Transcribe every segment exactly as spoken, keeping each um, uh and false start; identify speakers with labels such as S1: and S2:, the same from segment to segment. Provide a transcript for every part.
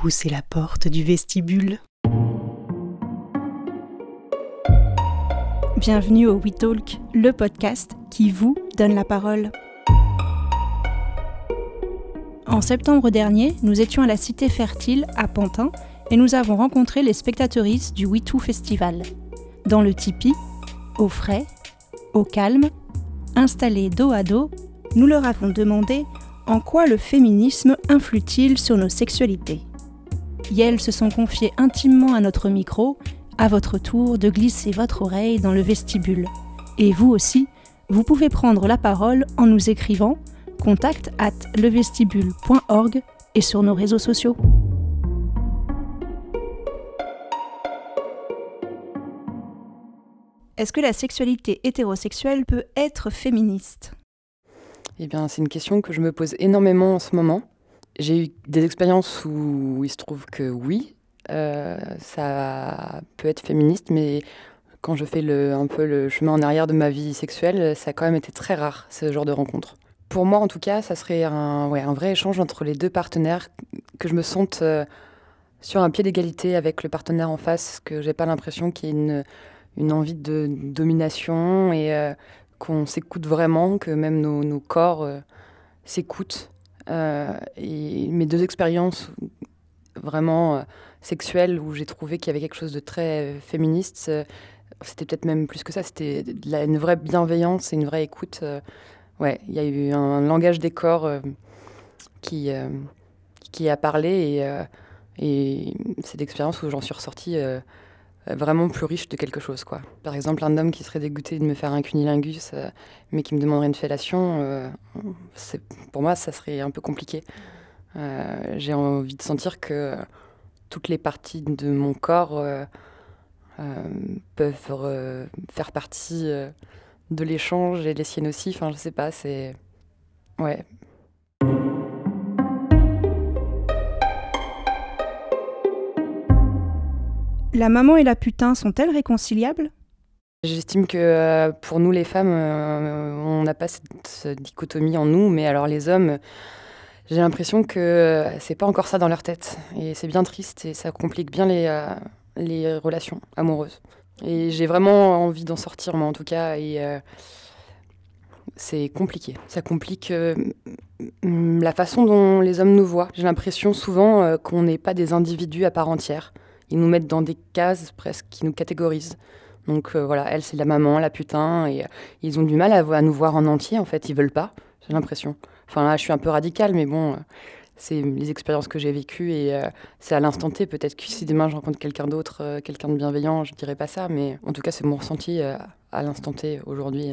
S1: Poussez la porte du vestibule.
S2: Bienvenue au We Talk, le podcast qui vous donne la parole. En septembre dernier, nous étions à la Cité Fertile, à Pantin, et nous avons rencontré les spectatrices du WeToo Festival. Dans le tipi, au frais, au calme, installés dos à dos, nous leur avons demandé en quoi le féminisme influe-t-il sur nos sexualités. Et elles se sont confiées intimement à notre micro, à votre tour de glisser votre oreille dans le vestibule. Et vous aussi, vous pouvez prendre la parole en nous écrivant contact at levestibule point org et sur nos réseaux sociaux. Est-ce que la sexualité hétérosexuelle peut être féministe ?
S3: Eh bien, c'est une question que je me pose énormément en ce moment. J'ai eu des expériences où il se trouve que oui, euh, ça peut être féministe, mais quand je fais le, un peu le chemin en arrière de ma vie sexuelle, ça a quand même été très rare, ce genre de rencontre. Pour moi, en tout cas, ça serait un, ouais, un vrai échange entre les deux partenaires, que je me sente euh, sur un pied d'égalité avec le partenaire en face, que j'ai pas l'impression qu'il y ait une, une envie de domination et euh, qu'on s'écoute vraiment, que même nos, nos corps euh, s'écoutent. Euh, et mes deux expériences vraiment euh, sexuelles où j'ai trouvé qu'il y avait quelque chose de très féministe, euh, c'était peut-être même plus que ça, c'était de la, une vraie bienveillance et une vraie écoute. Euh, ouais, il y a eu un, un langage des corps euh, qui, euh, qui a parlé et, euh, et c'est d'expérience où j'en suis ressortie euh, vraiment plus riche de quelque chose, quoi. Par exemple, un homme qui serait dégoûté de me faire un cunilingus, euh, mais qui me demanderait une fellation, euh, c'est, pour moi, ça serait un peu compliqué. Euh, j'ai envie de sentir que toutes les parties de mon corps euh, euh, peuvent euh, faire partie euh, de l'échange et les siennes aussi. Enfin, je sais pas, c'est... Ouais.
S2: La maman et la putain sont-elles réconciliables ?
S3: J'estime que euh, pour nous les femmes, euh, on n'a pas cette, cette dichotomie en nous, mais alors les hommes, j'ai l'impression que euh, c'est pas encore ça dans leur tête. Et c'est bien triste et ça complique bien les, euh, les relations amoureuses. Et j'ai vraiment envie d'en sortir, moi en tout cas, et euh, c'est compliqué. Ça complique euh, la façon dont les hommes nous voient. J'ai l'impression souvent euh, qu'on n'est pas des individus à part entière. Ils nous mettent dans des cases presque qui nous catégorisent. Donc euh, voilà, elle c'est la maman, la putain, et euh, ils ont du mal à, à nous voir en entier en fait, ils veulent pas, j'ai l'impression. Enfin là je suis un peu radicale, mais bon, euh, c'est les expériences que j'ai vécues et euh, c'est à l'instant T. Peut-être que si demain je rencontre quelqu'un d'autre, euh, quelqu'un de bienveillant, je dirais pas ça, mais en tout cas c'est mon ressenti euh, à l'instant T aujourd'hui.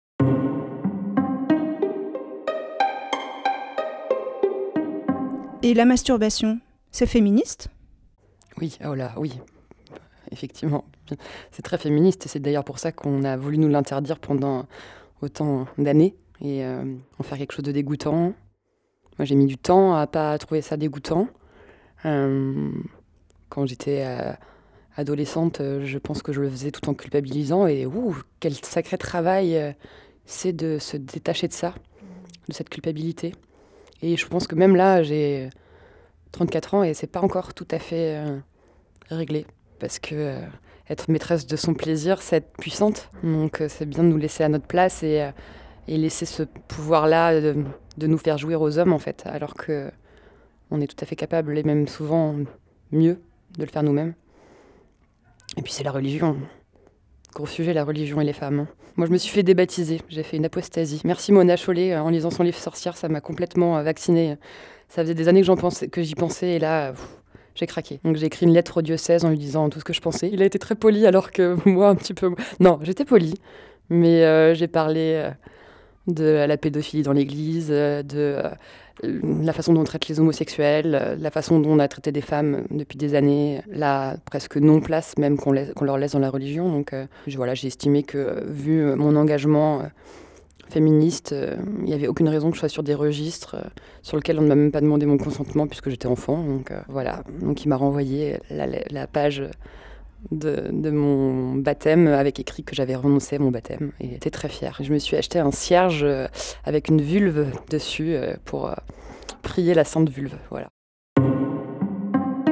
S2: Et la masturbation, c'est féministe ?
S3: Oui, oh là, oui, effectivement. C'est très féministe et c'est d'ailleurs pour ça qu'on a voulu nous l'interdire pendant autant d'années et euh, en faire quelque chose de dégoûtant. Moi, j'ai mis du temps à pas trouver ça dégoûtant. Euh, quand j'étais euh, adolescente, je pense que je le faisais tout en culpabilisant et ouh, quel sacré travail euh, c'est de se détacher de ça, de cette culpabilité. Et je pense que même là, j'ai trente-quatre ans et c'est pas encore tout à fait euh, réglé parce que euh, être maîtresse de son plaisir, c'est être puissante. Donc euh, c'est bien de nous laisser à notre place et, euh, et laisser ce pouvoir-là de, de nous faire jouir aux hommes, en fait, alors qu'on est tout à fait capable, et même souvent mieux, de le faire nous-mêmes. Et puis c'est la religion. Gros sujet, la religion et les femmes. Hein. Moi, je me suis fait débaptiser. J'ai fait une apostasie. Merci Mona Chollet. En lisant son livre Sorcière, ça m'a complètement vaccinée. Ça faisait des années que, j'en pensais, que j'y pensais et là... Pff, j'ai craqué. Donc j'ai écrit une lettre au diocèse en lui disant tout ce que je pensais. Il a été très poli alors que moi un petit peu... Non, j'étais polie, mais euh, j'ai parlé euh, de la pédophilie dans l'église, euh, de euh, la façon dont on traite les homosexuels, euh, la façon dont on a traité des femmes depuis des années, la presque non-place même qu'on, laisse, qu'on leur laisse dans la religion. Donc euh, voilà, j'ai estimé que euh, vu mon engagement... Euh, féministe, il euh, n'y avait aucune raison que je sois sur des registres euh, sur lesquels on ne m'a même pas demandé mon consentement puisque j'étais enfant. Donc euh, voilà, donc il m'a renvoyé la, la page de, de mon baptême avec écrit que j'avais renoncé à mon baptême et j'étais très fière. Je me suis acheté un cierge euh, avec une vulve dessus euh, pour euh, prier la sainte vulve. Voilà.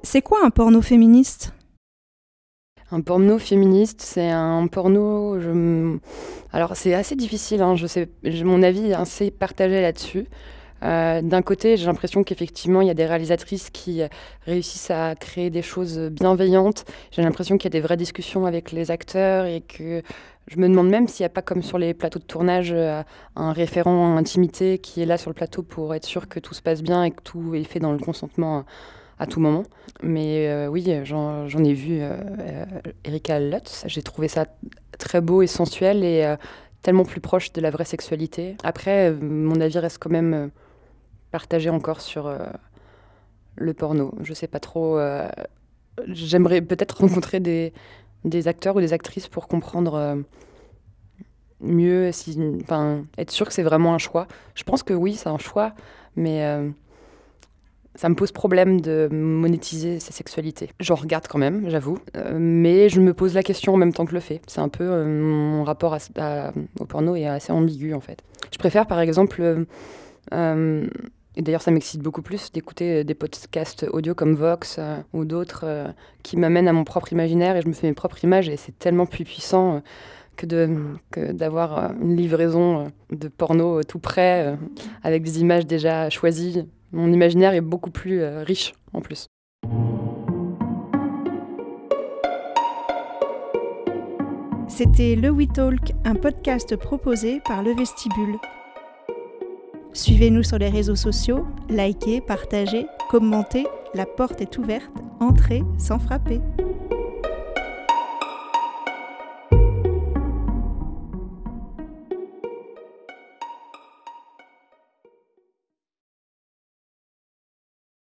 S2: C'est quoi un porno féministe ?
S3: Un porno féministe, c'est un porno... Je... Alors, c'est assez difficile, hein, je sais, mon avis est assez partagé là-dessus. Euh, d'un côté, j'ai l'impression qu'effectivement, il y a des réalisatrices qui réussissent à créer des choses bienveillantes. J'ai l'impression qu'il y a des vraies discussions avec les acteurs et que je me demande même s'il n'y a pas, comme sur les plateaux de tournage, un référent intimité qui est là sur le plateau pour être sûr que tout se passe bien et que tout est fait dans le consentement à tout moment. Mais euh, oui, j'en, j'en ai vu euh, euh, Erika Lutz. J'ai trouvé ça très beau et sensuel et euh, tellement plus proche de la vraie sexualité. Après, euh, mon avis reste quand même... Euh, partagé encore sur euh, le porno. Je sais pas trop. Euh, j'aimerais peut-être rencontrer des, des acteurs ou des actrices pour comprendre euh, mieux, si, enfin, être sûr que c'est vraiment un choix. Je pense que oui, c'est un choix, mais euh, ça me pose problème de monétiser sa sexualité. J'en regarde quand même, j'avoue, euh, mais je me pose la question en même temps que je le fais. C'est un peu euh, mon rapport à, à, au porno est assez ambigu en fait. Je préfère par exemple euh, euh, et d'ailleurs, ça m'excite beaucoup plus d'écouter des podcasts audio comme Vox euh, ou d'autres euh, qui m'amènent à mon propre imaginaire et je me fais mes propres images et c'est tellement plus puissant euh, que, de, que d'avoir euh, une livraison euh, de porno euh, tout prêt euh, avec des images déjà choisies. Mon imaginaire est beaucoup plus euh, riche en plus.
S2: C'était Le We Talk, un podcast proposé par Le Vestibule. Suivez-nous sur les réseaux sociaux, likez, partagez, commentez, la porte est ouverte, entrez sans frapper.